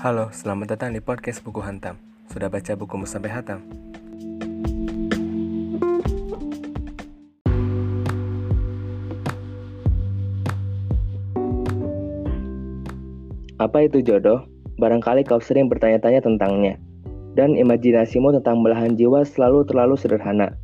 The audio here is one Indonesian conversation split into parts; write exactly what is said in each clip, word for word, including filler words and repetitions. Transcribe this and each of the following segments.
Halo, selamat datang di podcast Buku Hantam. Sudah baca bukumu sampai hatam? Apa itu jodoh? Barangkali kau sering bertanya-tanya tentangnya. Dan imajinasimu tentang belahan jiwa selalu terlalu sederhana.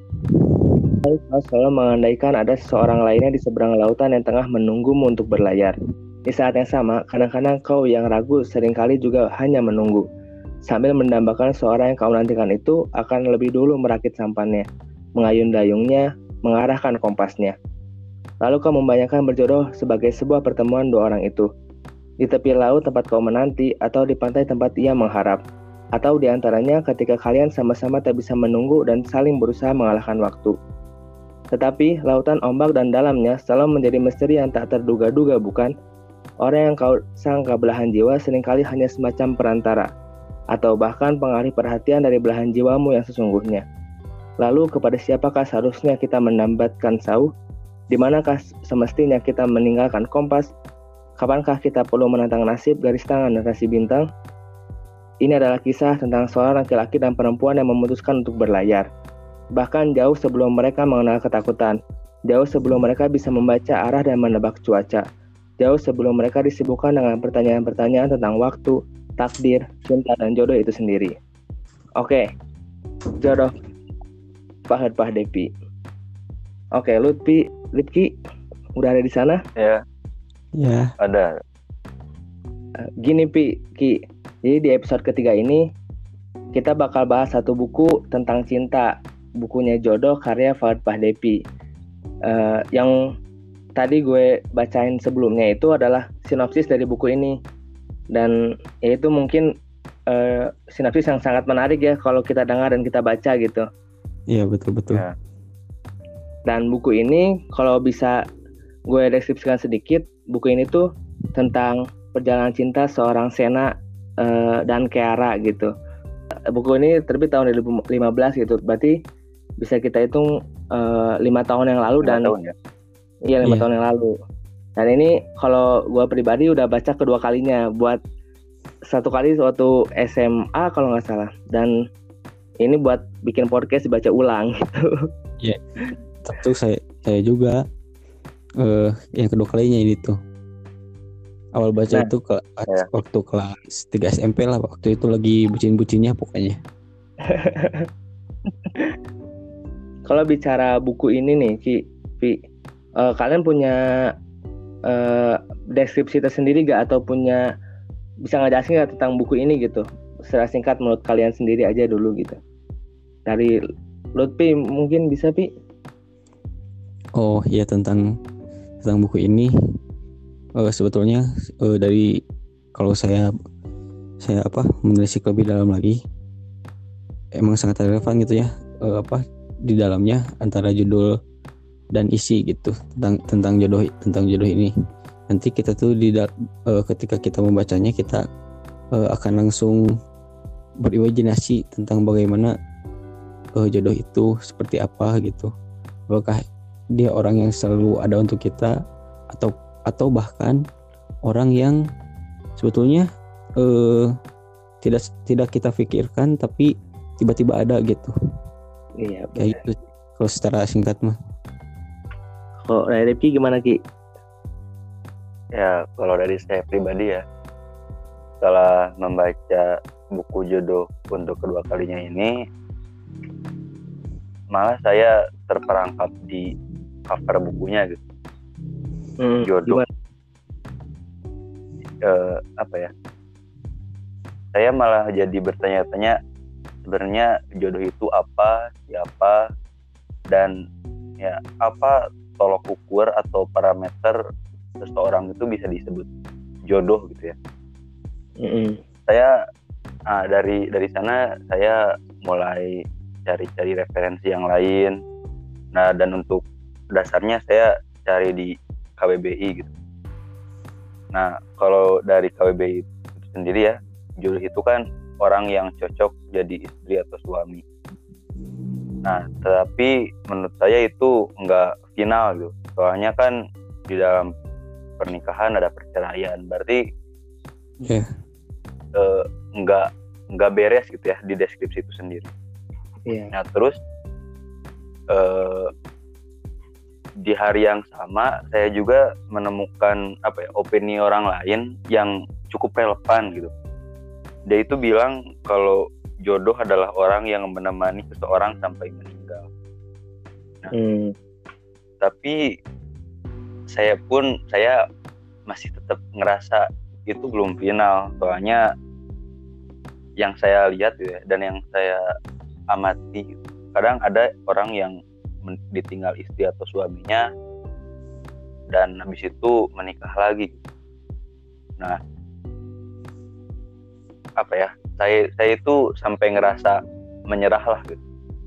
Kau selalu mengandaikan ada seseorang lainnya di seberang lautan yang tengah menunggumu untuk berlayar. Di saat yang sama, kadang-kadang kau yang ragu seringkali juga hanya menunggu. Sambil mendambakan seorang yang kau nantikan itu akan lebih dulu merakit sampannya, mengayun dayungnya, mengarahkan kompasnya. Lalu kau membayangkan berjodoh sebagai sebuah pertemuan dua orang itu. Di tepi laut tempat kau menanti, atau di pantai tempat ia mengharap, atau di antaranya ketika kalian sama-sama tak bisa menunggu dan saling berusaha mengalahkan waktu. Tetapi lautan ombak dan dalamnya selalu menjadi misteri yang tak terduga-duga, bukan? Orang yang kau sangka belahan jiwa seringkali hanya semacam perantara, atau bahkan pengalih perhatian dari belahan jiwamu yang sesungguhnya. Lalu kepada siapakah seharusnya kita mendambatkan sauh? Di manakah semestinya kita meninggalkan kompas? Kapankah kita perlu menantang nasib, garis tangan, dan rasi bintang? Ini adalah kisah tentang seorang laki-laki dan perempuan yang memutuskan untuk berlayar. Bahkan jauh sebelum mereka mengenal ketakutan, jauh sebelum mereka bisa membaca arah dan menebak cuaca, jauh sebelum mereka disibukkan dengan pertanyaan-pertanyaan tentang waktu, takdir, cinta, dan jodoh itu sendiri. Oke, jodoh Fahad Pahdepi. Oke, Lutfi, Lutfi, udah ada di sana? Ya. Ya. Ada. Gini Pi, Ki. Jadi di episode ketiga ini kita bakal bahas satu buku tentang cinta, bukunya Jodoh karya Fahad Pahdepi. Uh, yang tadi gue bacain sebelumnya itu adalah sinopsis dari buku ini, dan itu mungkin uh, sinopsis yang sangat menarik ya kalau kita dengar dan kita baca gitu. Iya, betul-betul. Ya. Dan buku ini kalau bisa gue deskripsikan sedikit, buku ini tuh tentang perjalanan cinta seorang Sena uh, dan Keara gitu. Buku ini terbit tahun dua ribu lima belas gitu, berarti bisa kita hitung uh, lima tahun yang lalu. Dan tahun ya? Iya lima yeah. tahun yang lalu. Dan ini kalau gue pribadi udah baca kedua kalinya, buat satu kali waktu S M A kalau nggak salah, dan ini buat bikin podcast dibaca ulang gitu. Iya, yeah. Tentu saya saya juga uh, yang kedua kalinya ini tuh. Awal baca nah, itu ke, ya. waktu kelas tiga S M P lah, waktu itu lagi bucin-bucinnya pokoknya. Kalau bicara buku ini nih, Ki, Ki uh, kalian punya uh, deskripsi tersendiri gak, atau punya bisa ngejelasin gak tentang buku ini gitu? Secara singkat menurut kalian sendiri aja dulu gitu. Dari Lutfi mungkin bisa, Pi? Oh iya, tentang tentang buku ini. Uh, sebetulnya uh, dari kalau saya saya apa menelisik lebih dalam lagi, emang sangat relevan gitu ya, uh, apa di dalamnya antara judul dan isi gitu tentang tentang jodoh tentang jodoh ini. Nanti kita tuh di uh, ketika kita membacanya kita uh, akan langsung berimajinasi tentang bagaimana uh, jodoh itu seperti apa gitu. Apakah dia orang yang selalu ada untuk kita, atau atau bahkan orang yang sebetulnya eh, tidak tidak kita pikirkan tapi tiba-tiba ada gitu. Iya. Kayak gitu kalau secara singkat mah. Kalau dari Ki gimana, Ki? Ya, kalau dari saya pribadi ya, setelah membaca buku Jodoh untuk kedua kalinya ini, malah saya terperangkap di cover bukunya gitu. Hmm, jodoh uh, apa ya saya malah jadi bertanya-tanya sebenarnya jodoh itu apa, siapa, dan ya apa tolok ukur atau parameter seseorang itu bisa disebut jodoh gitu ya. Mm-hmm. Saya ah, dari dari sana saya mulai cari-cari referensi yang lain. Nah, dan untuk dasarnya saya cari di K B B I gitu. Nah, kalau dari K B B I itu sendiri ya, jodoh itu kan orang yang cocok jadi istri atau suami. Nah, tetapi menurut saya itu enggak final gitu. Soalnya kan di dalam pernikahan ada perceraian. Berarti yeah. uh, nggak nggak beres gitu ya di deskripsi itu sendiri. Iya. Nah terus uh, di hari yang sama saya juga menemukan apa ya opini orang lain yang cukup relevan gitu. Dia itu bilang kalau jodoh adalah orang yang menemani seseorang sampai meninggal. Nah, hmm. Tapi saya pun saya masih tetap ngerasa itu belum final, soalnya yang saya lihat ya, dan yang saya amati, kadang ada orang yang ditinggal istri atau suaminya dan habis itu menikah lagi. Nah, apa ya? Saya saya itu sampai ngerasa menyerah lah gitu.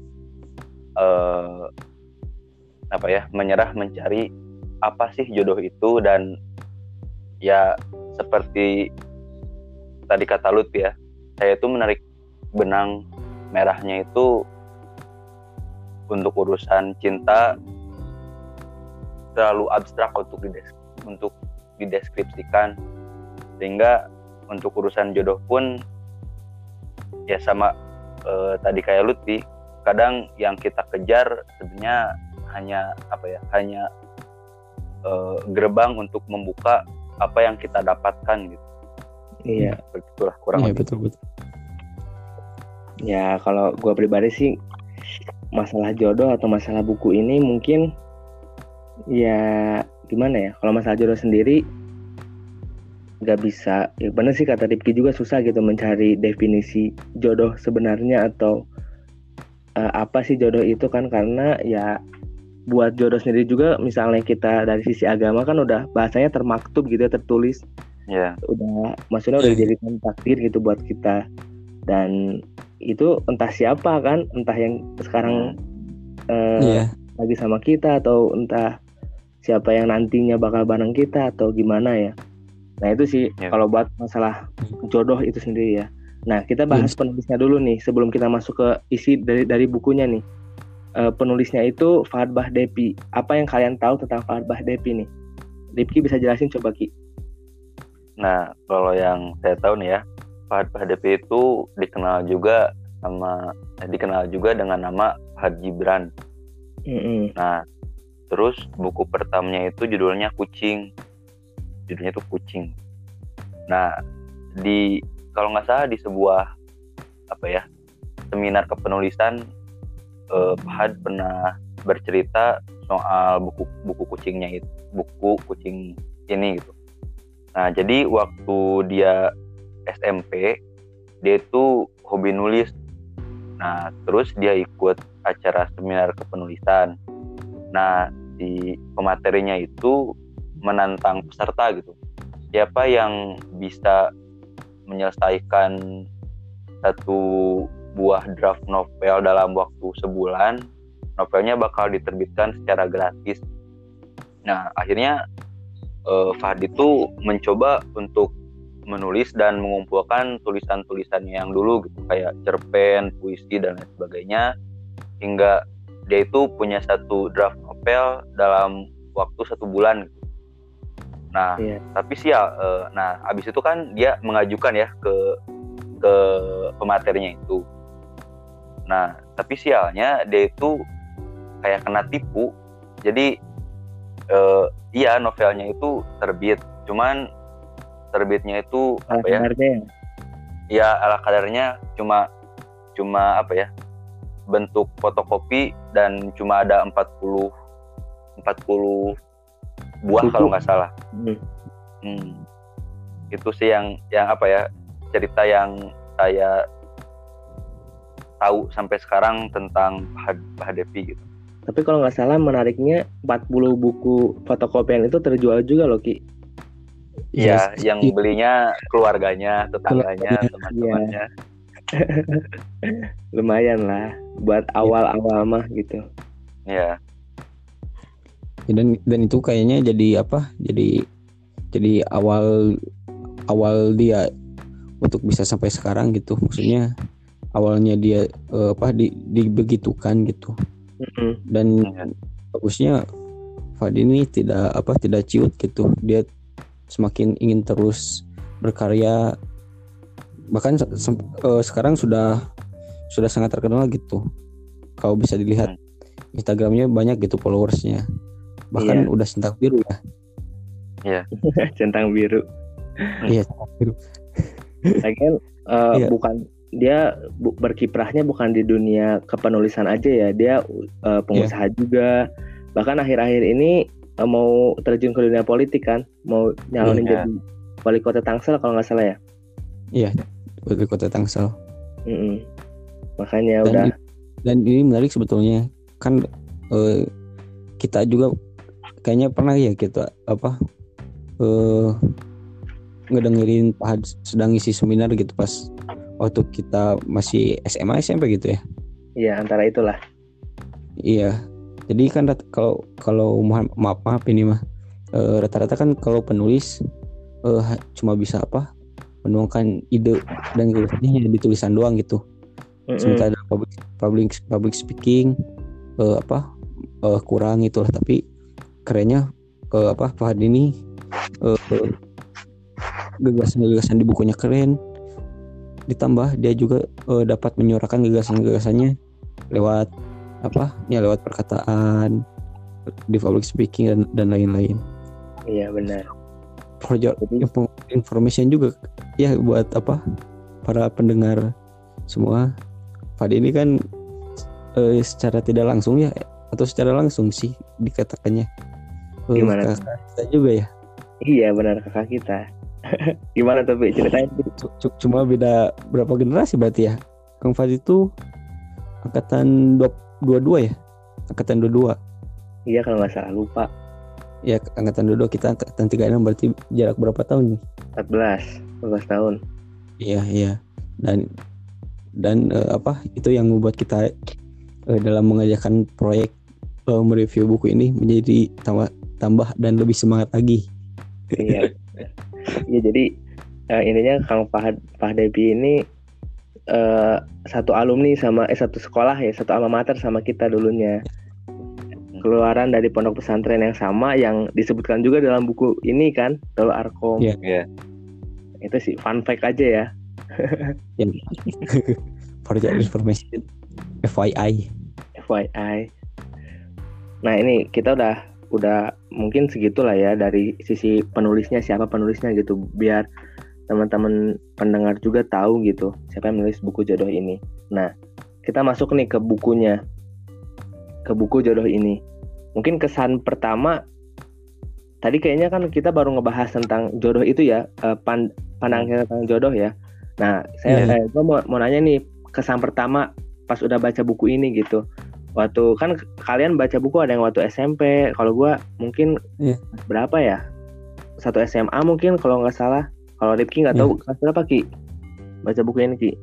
Uh, apa ya? Menyerah mencari apa sih jodoh itu, dan ya seperti tadi kata Lutfi ya, saya itu menarik benang merahnya itu untuk urusan cinta terlalu abstrak untuk dides- untuk dideskripsikan, sehingga untuk urusan jodoh pun ya sama eh, tadi kayak Lutfi, kadang yang kita kejar sebenarnya hanya apa ya hanya eh, gerbang untuk membuka apa yang kita dapatkan gitu. Iya, begitulah kurang iya, lebih. betul betul. Ya kalau gue pribadi sih masalah jodoh atau masalah buku ini mungkin ya gimana ya, kalau masalah jodoh sendiri nggak bisa, ya benar sih kata Rifki juga susah gitu mencari definisi jodoh sebenarnya atau uh, apa sih jodoh itu kan, karena ya buat jodoh sendiri juga misalnya kita dari sisi agama kan udah bahasanya termaktub gitu ya, tertulis. Yeah. Udah maksudnya udah dijadikan takdir gitu buat kita, dan itu entah siapa kan, entah yang sekarang uh, yeah. lagi sama kita atau entah siapa yang nantinya bakal bareng kita atau gimana ya. Nah itu sih yeah. kalau buat masalah jodoh itu sendiri ya. Nah kita bahas yeah. penulisnya dulu nih sebelum kita masuk ke isi dari dari bukunya nih. Uh, penulisnya itu Fahad Bahdepi. Apa yang kalian tahu tentang Fahad Bahdepi nih? Rifki bisa jelasin coba Ki. Nah kalau yang saya tahu nih ya, Fahad Bahdepi itu dikenal juga sama eh, dikenal juga dengan nama Fahad Gibran. Mm-hmm. Nah terus buku pertamanya itu judulnya Kucing. Judulnya tuh Kucing. Nah, di kalau nggak salah di sebuah apa ya seminar kepenulisan, eh, Fahad pernah bercerita soal buku buku kucingnya itu, buku kucing ini gitu. Nah, jadi waktu dia S M P, dia itu hobi nulis. Nah, terus dia ikut acara seminar kepenulisan. Nah, di pematerinya itu menantang peserta gitu, siapa yang bisa menyelesaikan satu buah draft novel dalam waktu sebulan, novelnya bakal diterbitkan secara gratis. Nah akhirnya eh, Fahad itu mencoba untuk menulis dan mengumpulkan tulisan-tulisannya yang dulu gitu, kayak cerpen, puisi dan lain sebagainya, hingga dia itu punya satu draft novel dalam waktu satu bulan gitu. Nah, yeah. tapi sial, uh, nah abis itu kan dia mengajukan ya ke ke pematerinya itu. Nah, tapi sialnya dia itu kayak kena tipu. Jadi, uh, iya novelnya itu terbit, cuman terbitnya itu ala apa ya? Kadarnya. Ya ala kadarnya, cuma cuma apa ya? Bentuk fotokopi dan cuma ada empat puluh buah kalau nggak salah. Hmm. Hmm. Itu sih yang yang apa ya cerita yang saya tahu sampai sekarang tentang Bahdepi gitu. Tapi kalau nggak salah menariknya empat puluh buku fotokopian itu terjual juga loh Ki. Iya, yes. Yang belinya keluarganya, tetangganya, teman-temannya. Lumayan lah buat awal-awal mah gitu. Iya. Dan dan itu kayaknya jadi apa? Jadi jadi awal awal dia untuk bisa sampai sekarang gitu. Maksudnya awalnya dia eh, apa di, dibegitukan gitu. Mm-hmm. Dan bagusnya Fahad ini tidak apa tidak ciut gitu. Dia semakin ingin terus berkarya bahkan se- sem- eh, sekarang sudah sudah sangat terkenal gitu. Kalau bisa dilihat Instagramnya banyak gitu followersnya, bahkan Iya. udah centang biru ya. Iya. Centang biru. Iya, centang biru. Lagian eh, Iya. bukan dia bu- berkiprahnya bukan di dunia kepenulisan aja ya, dia eh, pengusaha juga. Bahkan akhir-akhir ini eh, mau terjun ke dunia politik kan, mau nyalonin Iya. jadi wali kota Tangsel kalau nggak salah ya. Iya, wali kota Tangsel. Mm-mm. Makanya Dan udah i- dan ini menarik sebetulnya kan, eh, kita juga kayaknya pernah ya kita apa eh ngedengerin Pak Had sedang ngisi seminar gitu pas waktu kita masih S M A S M P gitu ya. ya antara itulah. Iya. Jadi kan rat- kalau kalau maaf maaf, maaf ini mah eh, rata-rata kan kalau penulis eh, ha- cuma bisa apa menuangkan ide dan gagasannya di tulisan doang gitu. Mm-mm. Sementara public public public speaking eh, apa eh, kurang itulah, tapi kerennya eh, apa Pak Hadi ini eh, eh, gagasan-gagasan di bukunya keren, ditambah dia juga eh, dapat menyuarakan gagasan-gagasannya lewat apa ya lewat perkataan di public speaking dan, dan lain-lain. Iya benar. For your Jadi- info- information juga ya buat apa para pendengar semua, Pak Hadi ini kan eh, secara tidak langsung ya atau secara langsung sih dikatakannya eh, Gimana? kakak kita juga ya. Iya benar kakak kita. Gimana tuh Pi? Ceritain Pi. C- c- cuma beda berapa generasi berarti ya. Kang Fadli itu angkatan dua puluh dua ya, angkatan dua puluh dua Iya kalau nggak salah lupa. ya, angkatan dua puluh dua, kita angkatan tiga puluh enam, berarti jarak berapa tahun nih? empat belas empat belas tahun. Iya iya, dan dan eh, apa itu yang membuat kita eh, dalam mengerjakan proyek eh, mereview buku ini menjadi tambah tambah dan lebih semangat lagi. Iya. Iya jadi eh, ininya Kang Fahd Fahdebi ini eh, satu alumni sama eh satu sekolah ya, satu alma mater sama kita dulunya. Keluaran dari pondok pesantren yang sama yang disebutkan juga dalam buku ini kan, Darul Arkom. Iya. Iya. Itu sih fun fact aja ya. Ya. For your information, F Y I. F Y I. Nah ini kita udah udah mungkin segitulah ya dari sisi penulisnya, siapa penulisnya gitu, biar teman-teman pendengar juga tahu gitu siapa yang menulis buku jodoh ini. Nah kita masuk nih ke bukunya, ke buku jodoh ini. Mungkin kesan pertama tadi kayaknya kan kita baru ngebahas tentang jodoh itu ya, eh, pan- pandangan tentang jodoh ya. Nah saya Iya. eh, gua mau, mau nanya nih kesan pertama pas udah baca buku ini gitu. Waktu kan kalian baca buku ada yang waktu S M P, kalau gua mungkin Iya. berapa ya? Satu S M A mungkin kalau nggak salah. Kalau Rifki nggak tahu kelas berapa Ki? Baca buku ini Ki?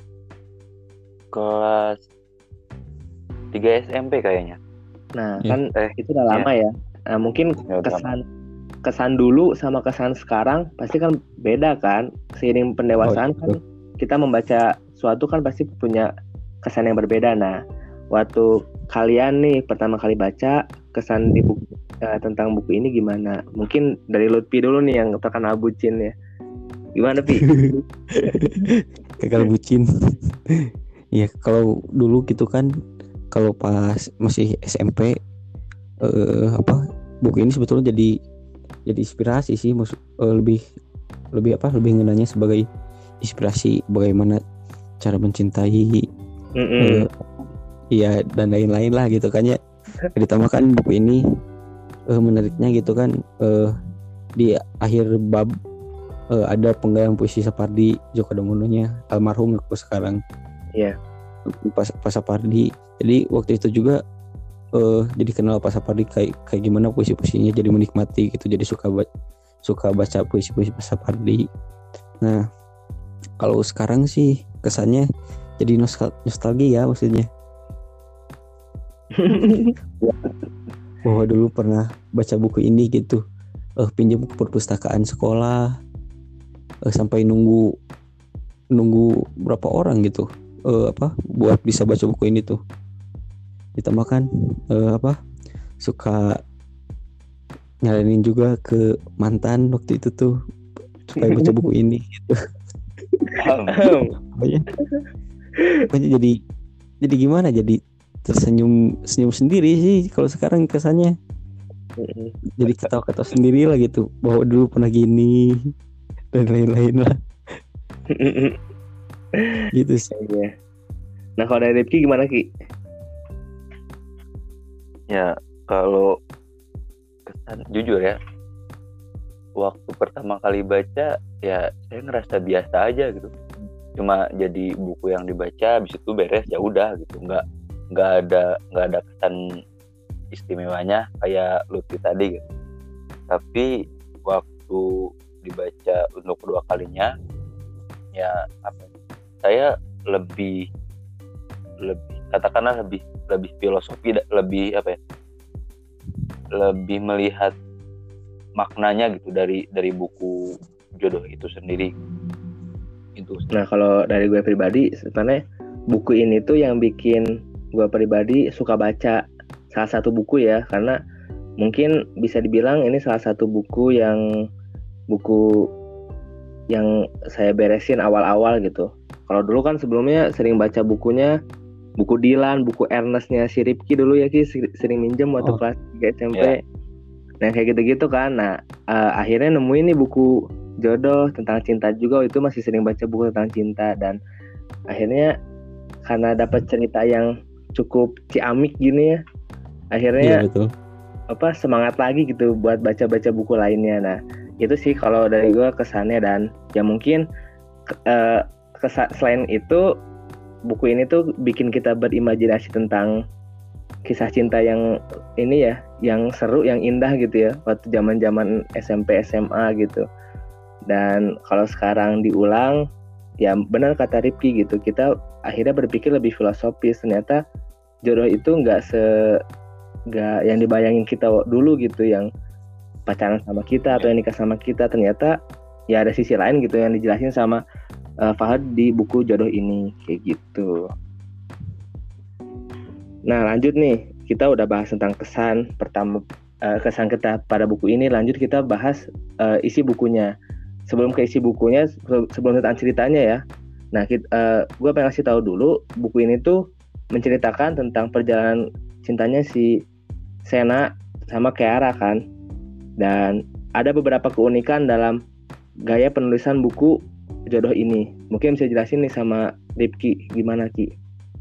Kelas tiga S M P kayaknya. Nah Iya. kan Eh, itu udah lama ya. Nah, mungkin Ya, udah kesan kesan dulu sama kesan sekarang pasti kan beda kan. Seiring pendewasaan Oh, kan kita membaca suatu kan pasti punya kesan yang berbeda. Nah waktu kalian nih pertama kali baca kesan di buku eh, tentang buku ini gimana? Mungkin dari Lutfi dulu nih yang terkenal bucin ya. Gimana Pi? Gagal bucin. Iya, kalau dulu gitu kan, kalau pas masih S M P eh, apa buku ini sebetulnya jadi jadi inspirasi sih, maksud eh, lebih lebih apa lebih ngenanya sebagai inspirasi bagaimana cara mencintai Mm-mm. eh, iya dan lain-lain lah gitu kan ya. Ditambahkan buku ini eh, menariknya gitu kan, eh, di akhir bab eh, ada penggayaan puisi Sapardi Djoko Damononya almarhum aku sekarang. Iya. Pas Pas Sapardi. Jadi waktu itu juga eh, jadi kenal Pas Sapardi kayak kayak gimana puisi-puisinya, jadi menikmati gitu, jadi suka baca suka baca puisi-puisi Pas Sapardi. Nah, kalau sekarang sih kesannya jadi nostal- nostalgia maksudnya. Bahwa dulu pernah baca buku ini gitu, eh pinjam ke perpustakaan sekolah, eh, sampai nunggu nunggu berapa orang gitu, eh, apa buat bisa baca buku ini tuh. Ditambahkan eh, apa suka nyaranin juga ke mantan waktu itu tuh supaya baca buku ini gitu. Pokoknya, pokoknya jadi jadi gimana? Jadi tersenyum senyum sendiri sih kalau sekarang kesannya. Jadi ketawa-ketawa sendiri lah gitu. Bahwa dulu pernah gini dan lain-lain lah. Gitu sih. Iya. Nah kalau dari Rifki gimana Ki? Ya kalau kesan jujur ya, waktu pertama kali baca ya saya ngerasa biasa aja gitu. Cuma jadi buku yang dibaca, habis itu beres ya udah gitu. Nggak nggak ada nggak ada kesan istimewanya kayak Lutfi tadi gitu. Tapi waktu dibaca untuk kedua kalinya ya apa? Saya lebih lebih katakanlah lebih lebih filosofi, lebih apa ya? Lebih melihat maknanya gitu dari dari buku Jodoh itu sendiri. Itu. Nah kalau dari gue pribadi sebenarnya buku ini tuh yang bikin gue pribadi suka baca salah satu buku ya, karena mungkin bisa dibilang ini salah satu buku yang buku yang saya beresin awal-awal gitu. Kalau dulu kan sebelumnya sering baca bukunya buku Dylan, buku Ernest-nya si Rifki dulu ya Ki, sering minjem waktu Oh. kelas tiga S M P. Yeah. Nah kayak gitu-gitu kan. Nah uh, akhirnya nemuin nih buku Jodoh tentang cinta juga, itu masih sering baca buku tentang cinta, dan akhirnya karena dapat cerita yang cukup ciamik gini ya, akhirnya Iya betul. apa semangat lagi gitu buat baca-baca buku lainnya. Nah itu sih kalau dari gue kesannya, dan ya mungkin uh, kesa- selain itu buku ini tuh bikin kita berimajinasi tentang kisah cinta yang ini ya, yang seru, yang indah gitu ya waktu zaman-zaman S M P S M A gitu. Dan kalau sekarang diulang ya benar kata Rifki gitu, kita akhirnya berpikir lebih filosofis. Ternyata jodoh itu nggak se nggak yang dibayangin kita dulu gitu, yang pacaran sama kita atau yang nikah sama kita. Ternyata ya ada sisi lain gitu yang dijelasin sama uh, Fahad di buku Jodoh ini kayak gitu. Nah lanjut nih, kita udah bahas tentang kesan pertama, uh, kesan kita pada buku ini. Lanjut kita bahas uh, isi bukunya. Sebelum ke isi bukunya, sebelum tentang ceritanya ya. Nah, kita, uh, gue pengen kasih tahu dulu, buku ini tuh menceritakan tentang perjalanan cintanya si Sena sama Keara kan. Dan ada beberapa keunikan dalam gaya penulisan buku Jodoh ini. Mungkin bisa jelasin nih sama Rifki, gimana Ki?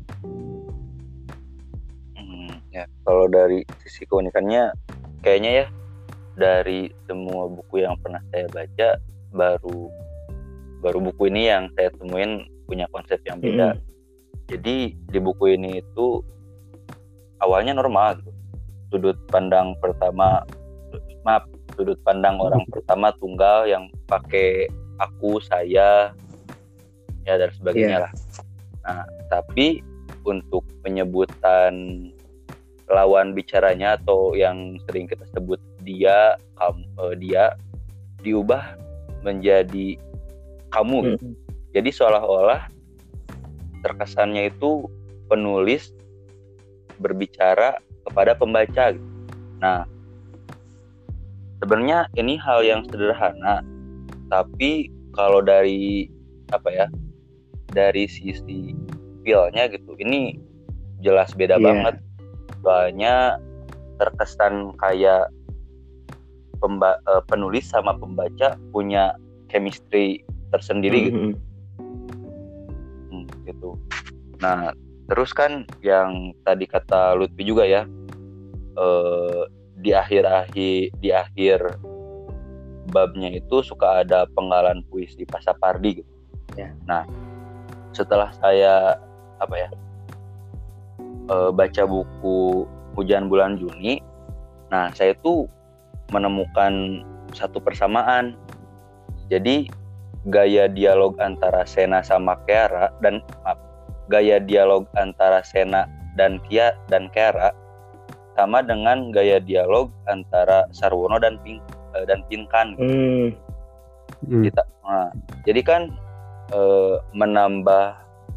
Hmm, ya kalau dari sisi keunikannya, kayaknya ya dari semua buku yang pernah saya baca, baru baru buku ini yang saya temuin punya konsep yang beda. Mm-hmm. Jadi di buku ini itu awalnya normal gitu. Sudut pandang pertama maaf sudut pandang orang pertama tunggal yang pakai aku, saya ya dan sebagainya yeah. lah. Nah, tapi untuk penyebutan lawan bicaranya atau yang sering kita sebut dia, kamu, eh, dia diubah menjadi kamu gitu. Hmm. Jadi seolah-olah terkesannya itu penulis berbicara kepada pembaca gitu. Nah, sebenarnya ini hal yang sederhana, tapi kalau dari apa ya, dari sisi feel-nya gitu, ini jelas beda yeah. banget. Soalnya terkesan kayak pemba- uh, penulis sama pembaca punya chemistry tersendiri mm-hmm. gitu. Hmm, gitu. Nah, terus kan yang tadi kata Lutfi juga ya, uh, di akhir-akhir di akhir babnya itu suka ada penggalan puisi Pasapardi gitu. Yeah. Nah, setelah saya apa ya uh, baca buku Hujan Bulan Juni, nah saya tuh menemukan satu persamaan. Jadi gaya dialog antara Sena sama Keara dan maaf, gaya dialog antara Sena dan Kia dan Keara sama dengan gaya dialog antara Sarwono dan Pink uh, dan Pinkan. Hmm. Kita, nah, jadi kan uh, menambah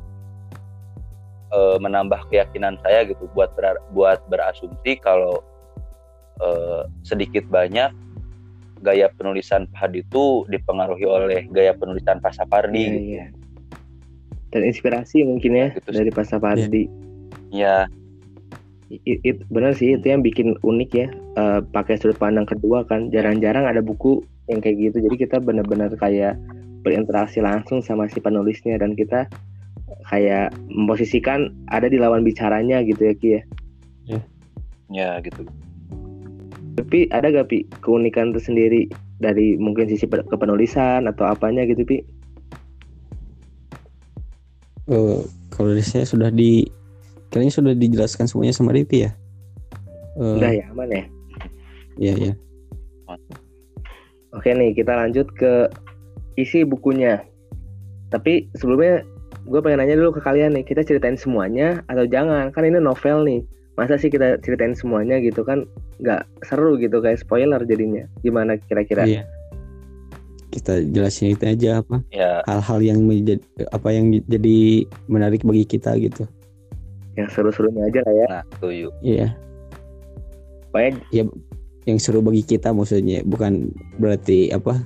uh, menambah keyakinan saya gitu buat ber, buat berasumsi kalau uh, sedikit banyak gaya penulisan Pak Hadi itu dipengaruhi oleh gaya penulisan Pak Sapardi. Iya, gitu. iya. Dan inspirasi mungkin ya Gitu dari Pak Sapardi. Ya, It, it, benar sih itu yang bikin unik ya, uh, pakai sudut pandang kedua kan, jarang-jarang ada buku yang kayak gitu, jadi kita benar-benar kayak berinteraksi langsung sama si penulisnya dan kita kayak memposisikan ada di lawan bicaranya gitu ya Ki ya. ya gitu. Tapi ada gak Pi keunikan tersendiri dari mungkin sisi pe- kepenulisan atau apanya gitu Pi? Uh, kalau dari saya sudah di kayaknya sudah dijelaskan semuanya sama Ripi ya. Uh, Udah ya aman ya. Iya ya. Oke nih kita lanjut ke isi bukunya. Tapi sebelumnya gue pengen nanya dulu ke kalian nih, kita ceritain semuanya atau jangan? Kan ini novel nih, masa sih kita ceritain semuanya gitu kan? Nggak seru gitu, kayak spoiler jadinya. Gimana kira-kira? Iya. Kita jelasin itu aja apa? Ya, Hal-hal yang menjadi apa yang jadi menarik bagi kita gitu. Yang seru-serunya aja lah ya. nah setuju. Iya. Pokoknya Ya yang seru bagi kita maksudnya, bukan berarti apa?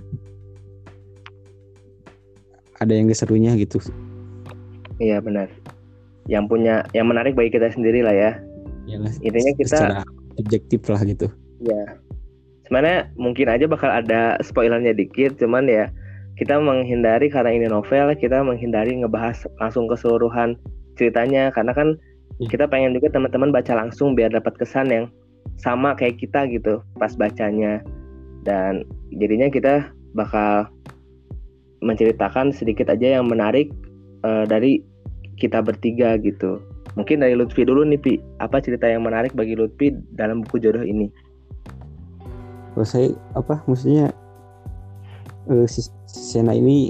Ada yang keserunya gitu. iya benar. Yang punya, yang menarik bagi kita sendiri lah ya. Ya lah. Intinya kita, secara objektif lah gitu. ya. Sebenarnya mungkin aja bakal ada spoilernya dikit, cuman ya kita menghindari karena ini novel, kita menghindari ngebahas langsung keseluruhan ceritanya karena kan Hmm. kita pengen juga teman-teman baca langsung biar dapat kesan yang sama kayak kita gitu pas bacanya, dan jadinya kita bakal menceritakan sedikit aja yang menarik uh, dari kita bertiga gitu. Mungkin dari Lutfi dulu nih Pi, apa cerita yang menarik bagi Lutfi dalam buku Jodoh ini? Kalau saya apa maksudnya uh, si Sena ini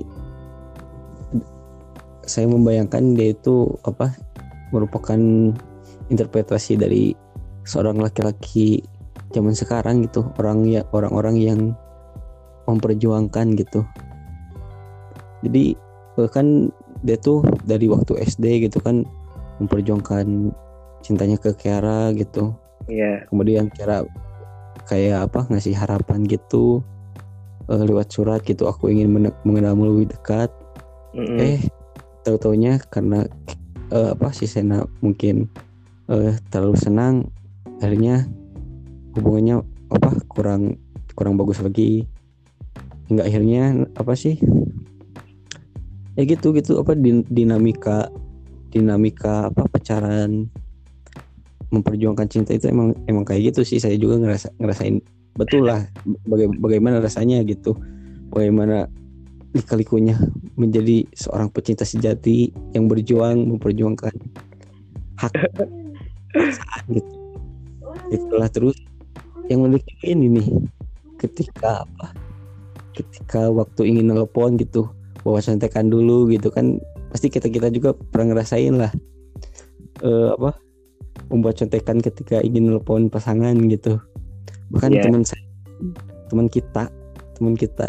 saya membayangkan dia itu apa merupakan interpretasi dari seorang laki-laki zaman sekarang gitu, orang ya orang-orang yang memperjuangkan gitu. Jadi kan dia tuh dari waktu S D gitu kan memperjuangkan cintanya ke Kiara gitu. Iya. Kemudian Kiara kayak apa ngasih harapan gitu uh, lewat surat gitu, aku ingin men- mengenalmu lebih dekat. Mm-mm. Eh tahu-taunya karena uh, apa si Sena mungkin uh, terlalu senang, akhirnya hubungannya apa kurang kurang bagus lagi, hingga akhirnya apa sih ya gitu gitu apa din- dinamika dinamika apa pacaran memperjuangkan cinta itu emang emang kayak gitu sih. Saya juga ngerasa ngerasain betul lah baga- bagaimana rasanya gitu, bagaimana lika-likunya menjadi seorang pecinta sejati yang berjuang memperjuangkan hak perasaan gitu. Itulah terus yang menarik ini nih ketika apa ketika waktu ingin nelpon gitu bawa contekan dulu gitu kan, pasti kita kita juga pernah ngerasain lah uh, apa membuat contekan ketika ingin nelpon pasangan gitu. Bahkan yeah. teman saya teman kita teman kita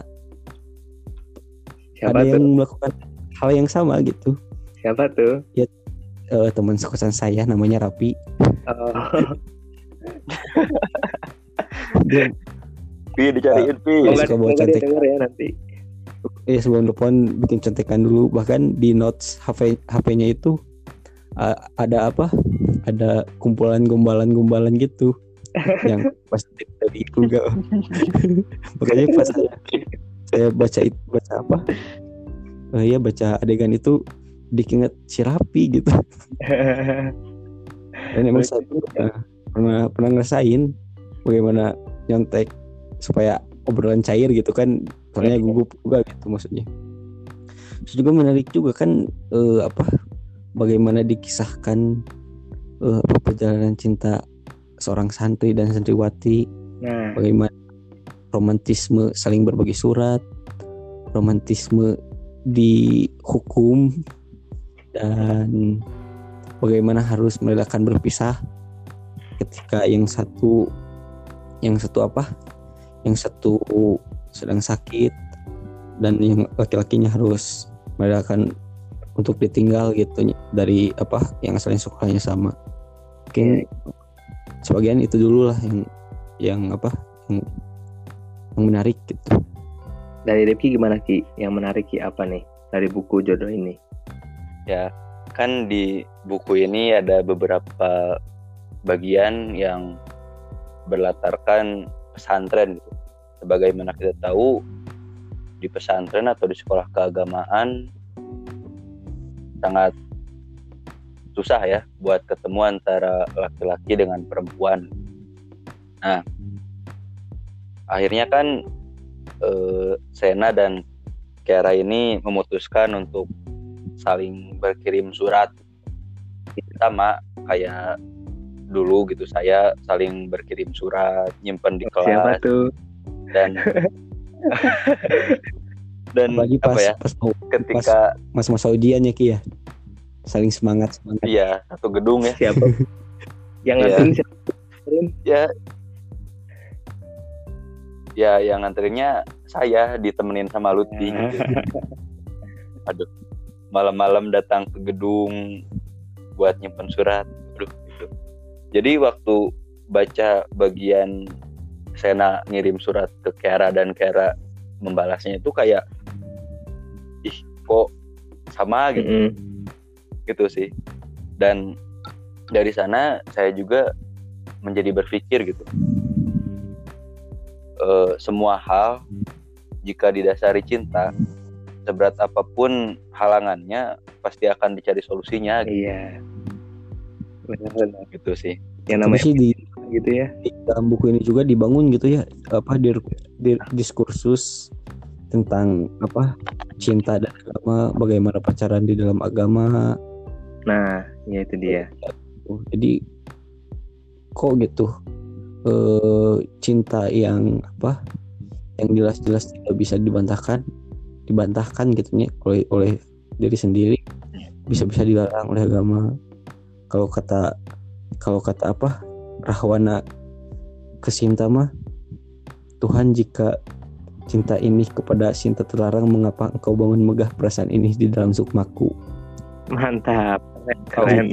Siapa ada tuh? yang melakukan hal yang sama gitu. Siapa tuh? Ya uh, teman sekosan saya namanya Rapi. Oh. Dia Pi dicariin Pi. Dia suka bawa contek. Denger ya nanti. Ya sebelum telepon bikin contekan dulu, bahkan di notes H P H P-nya itu uh, ada apa? Ada kumpulan gombalan-gombalan gitu yang pasti dari Google. Makanya pas saya saya baca itu baca apa? Uh, ya baca adegan itu diinget si Rapi gitu. Dan emang saya uh, pernah pernah ngerasain bagaimana nyontek supaya obrolan cair gitu kan, soalnya gugup juga gitu maksudnya. Terus juga menarik juga kan uh, apa bagaimana dikisahkan uh, apa perjalanan cinta seorang santri dan santriwati. Nah, bagaimana romantisme saling berbagi surat, romantisme di hukum, dan bagaimana harus merelakan berpisah ketika yang satu yang satu apa yang satu sedang sakit dan yang laki-lakinya harus merelakan untuk ditinggal gitu dari apa yang asalnya sekolahnya sama. Mungkin sebagian itu dulu lah yang yang apa yang yang menarik gitu. Dari Rifki gimana Ki? Yang menarik Ki apa nih dari buku Jodoh ini? Ya, kan di buku ini ada beberapa bagian yang berlatarkan pesantren gitu. Sebagaimana kita tahu, di pesantren atau di sekolah keagamaan sangat susah ya buat ketemu antara laki-laki dengan perempuan. Nah, akhirnya kan eh, Sena dan Kiara ini memutuskan untuk saling berkirim surat. Sama kayak dulu gitu, saya saling berkirim surat, nyimpen di kelas. Siapa tuh? Dan dan Apalagi pas, apa ya? pas, Ketika pas masa ujian ya Ki ya, saling semangat semangat. iya satu gedung ya. Siapa? Yang Iya. nganterin siapa? Ya, ya yang nganterinnya saya ditemenin sama Lutfi gitu. Aduh, malam-malam datang ke gedung buat nyimpen surat. Aduh, gitu. Jadi waktu baca bagian Sena ngirim surat ke Kiara dan Kiara membalasnya itu kayak, ih kok sama gitu, Mm-mm. gitu sih. Dan dari sana saya juga menjadi berpikir gitu, e, semua hal jika didasari cinta, seberat apapun halangannya pasti akan dicari solusinya gitu, Iya. Benar-benar. gitu sih. Yang Tapi namanya sih di, gitu ya. di dalam buku ini juga dibangun gitu ya, apa di, di diskursus tentang apa cinta dan agama, bagaimana pacaran di dalam agama. Nah, ya itu dia. Jadi kok gitu eh, cinta yang apa yang jelas-jelas tidak bisa dibantahkan dibantahkan gitunya oleh oleh diri sendiri bisa-bisa dilarang oleh agama. Kalau kata kalau kata apa Rahwana Kesinta mah, Tuhan, jika cinta ini kepada cinta terlarang, mengapa engkau bangun megah perasaan ini di dalam sukmaku. Mantap. Keren.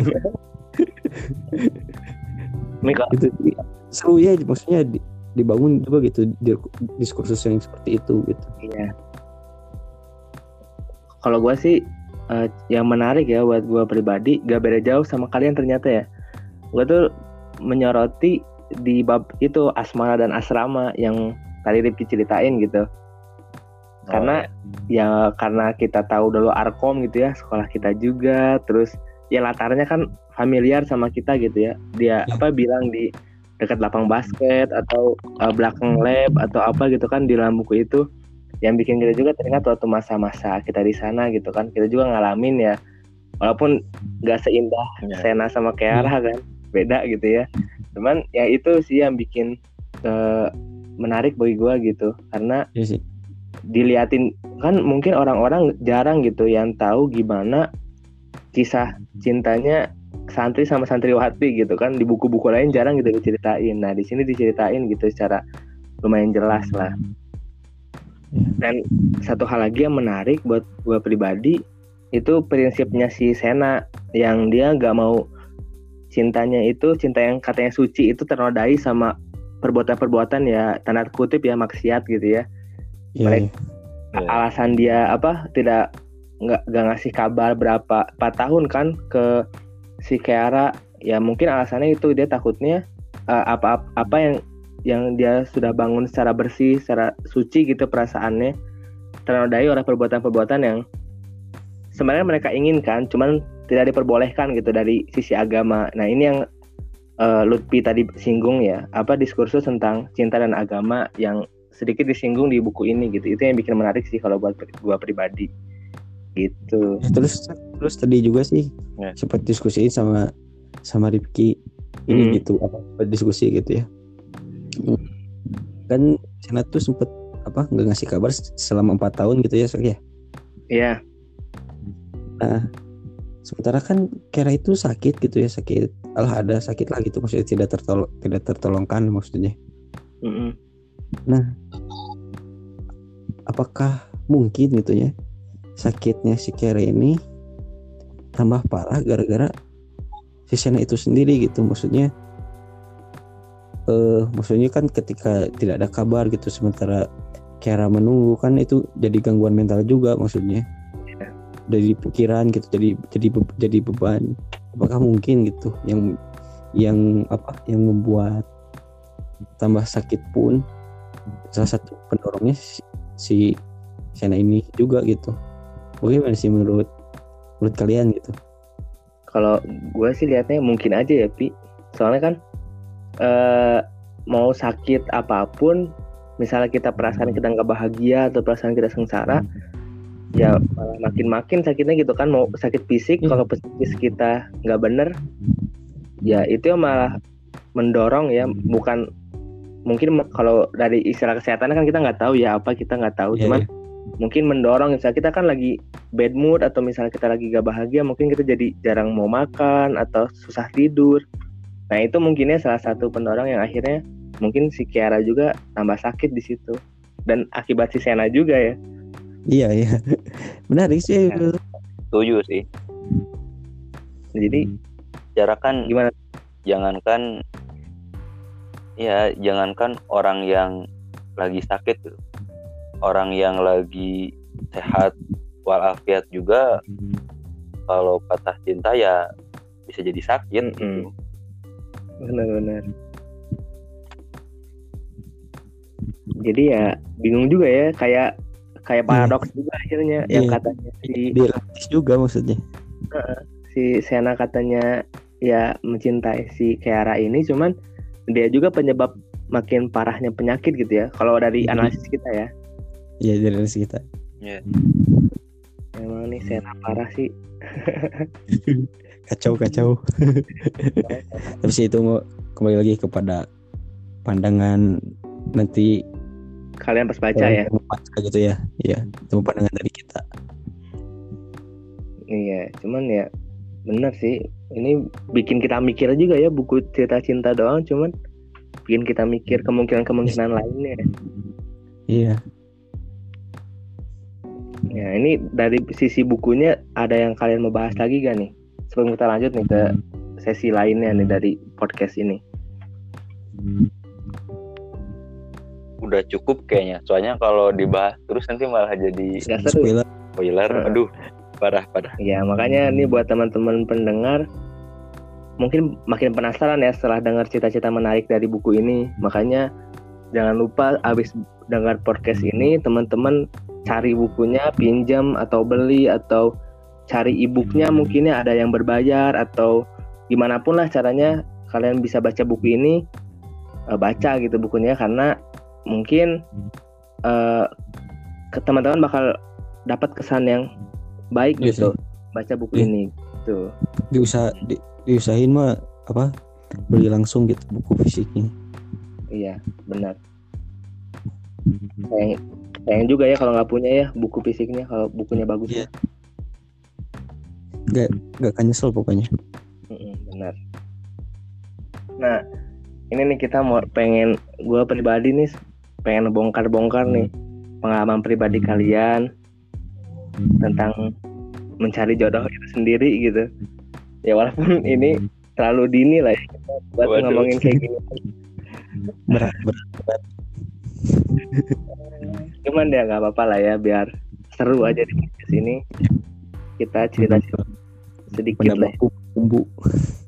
Mika. Itu seru ya, maksudnya dibangun juga gitu di diskursus yang seperti itu gitu. Iya. Kalau gue sih uh, yang menarik ya buat gue pribadi, gak beda jauh sama kalian ternyata ya. Gue tuh menyoroti di bab itu asmara dan asrama yang tadi Rifki ceritain gitu. Karena oh, ya. ya karena kita tahu dulu Arkom gitu ya, sekolah kita juga, terus ya latarnya kan familiar sama kita gitu ya. Dia ya. apa bilang di dekat lapang basket atau uh, belakang lab atau apa gitu kan di dalam buku itu, yang bikin kita juga teringat waktu masa-masa kita di sana gitu kan. Kita juga ngalamin ya, walaupun gak seindah ya. Sena sama Kiara ya. Kan beda gitu ya. Cuman ya itu sih yang bikin uh, menarik bagi gue gitu, karena ya sih. Diliatin kan mungkin orang-orang jarang gitu yang tahu gimana kisah cintanya santri sama santriwati gitu kan. Di buku-buku lain jarang gitu diceritain. Nah di sini diceritain gitu secara lumayan jelas lah. Dan satu hal lagi yang menarik buat gue pribadi itu prinsipnya si Sena, yang dia nggak mau cintanya itu, cinta yang katanya suci itu ternodai sama perbuatan-perbuatan ya tanda kutip ya maksiat gitu ya. Yeah, Mereka, yeah. Alasan dia apa tidak nggak nggak ngasih kabar berapa empat tahun kan ke si Kiara, ya mungkin alasannya itu dia takutnya uh, apa apa yang yang dia sudah bangun secara bersih, secara suci gitu perasaannya ternodai oleh perbuatan-perbuatan yang sebenarnya mereka inginkan, cuman tidak diperbolehkan gitu dari sisi agama. Nah ini yang uh, Lutfi tadi singgung ya, apa diskursus tentang cinta dan agama yang sedikit disinggung di buku ini gitu. Itu yang bikin menarik sih kalau buat gua pribadi gitu. Terus terus tadi juga sih ya. sempat diskusiin sama sama Rifki ini hmm. gitu, apa sempat diskusi gitu ya. Kan Sena tuh sempat apa nggak ngasih kabar selama empat tahun gitu ya, Sok ya. Iya. Nah, sementara kan Kiara itu sakit gitu ya, sakit. Alah ada sakit lah gitu, maksudnya tidak tertolong tidak tertolongkan maksudnya. Mm-mm. Nah, apakah mungkin gitu ya sakitnya si Kiara ini tambah parah gara-gara si Sena itu sendiri gitu, maksudnya eh maksudnya kan ketika tidak ada kabar gitu sementara Kiara menunggu kan itu jadi gangguan mental juga maksudnya. Dari pikiran gitu jadi jadi be- jadi beban. Apakah mungkin gitu yang yang apa yang membuat tambah sakit pun salah satu pendorongnya si, si Sena ini juga gitu. Bagaimana sih menurut menurut kalian gitu? Kalau gue sih lihatnya mungkin aja ya Pi. Soalnya kan eh, mau sakit apapun, misalnya kita perasaan kita nggak bahagia atau perasaan kita sengsara, ya malah makin-makin sakitnya gitu kan. Mau sakit fisik, Hmm. kalau psikis kita nggak bener, ya itu yang malah mendorong ya. Bukan mungkin me- kalau dari istilah kesehatan kan kita nggak tahu ya apa, kita nggak tahu. Iya, Cuman iya. mungkin mendorong, misalnya kita kan lagi bad mood atau misalnya kita lagi gak bahagia, mungkin kita jadi jarang mau makan atau susah tidur. Nah itu mungkinnya salah satu pendorong yang akhirnya mungkin si Kiara juga tambah sakit di situ, dan akibat si Sena juga ya. Iya iya. Menarik sih. Ya. Setuju sih. Jadi Cara kan gimana? jangankan ya jangankan orang yang lagi sakit gitu. Orang yang lagi sehat walafiat juga kalau patah cinta ya bisa jadi sakit gitu. Mm-mm. Benar-benar. Jadi ya bingung juga ya, kayak kayak paradoks juga akhirnya. Yang Iya. katanya si Dilapis juga maksudnya. si Sena katanya ya mencintai si Kiara ini, cuman dia juga penyebab makin parahnya penyakit gitu ya. Kalau dari Iya. analisis kita ya, Iya dari kita. memang nih Sena parah sih. Kacau kacau. Terus itu mau kembali lagi kepada pandangan nanti Kalian pas baca ya. membaca gitu ya. Iya, itu pandangan dari kita. Iya, cuman ya benar sih. Ini bikin kita mikir juga ya, buku cerita cinta doang, cuman bikin kita mikir kemungkinan-kemungkinan lainnya. Iya. Ya, ini dari sisi bukunya ada yang kalian mau bahas lagi gak nih? Sebelum kita lanjut nih ke sesi lainnya nih dari podcast ini. Udah cukup kayaknya. Soalnya kalau dibahas terus nanti malah jadi Gak seru. Spoiler. spoiler. Aduh, parah parah. Ya, makanya nih buat teman-teman pendengar mungkin makin penasaran ya setelah dengar cerita-cerita menarik dari buku ini. Makanya jangan lupa abis dengar podcast ini teman-teman cari bukunya, pinjam atau beli atau cari e-booknya, mungkinnya ada yang berbayar atau gimana pun lah caranya kalian bisa baca buku ini, uh, baca gitu bukunya, karena mungkin uh, ke teman-teman bakal dapat kesan yang baik Iya gitu sih. baca buku Iya. ini tuh. Diusah di, diusahin mah apa? Beli langsung gitu buku fisiknya. Iya, benar. Sayang, sayang juga ya kalau nggak punya ya buku fisiknya, kalau bukunya bagus. Iya. Gak gak akan nyesel pokoknya. Mm-mm, benar. Nah, ini nih kita mau pengen, gue pribadi nih pengen bongkar-bongkar nih pengalaman pribadi kalian tentang mencari jodoh itu sendiri gitu. Ya walaupun ini terlalu dini lah ya kita buat Waduh. ngomongin kayak gini. Berat berat. Cuman ya nggak apa-apa lah ya, biar seru aja di podcast ini. Kita cerita sedikit lah. Pendapat bumbu.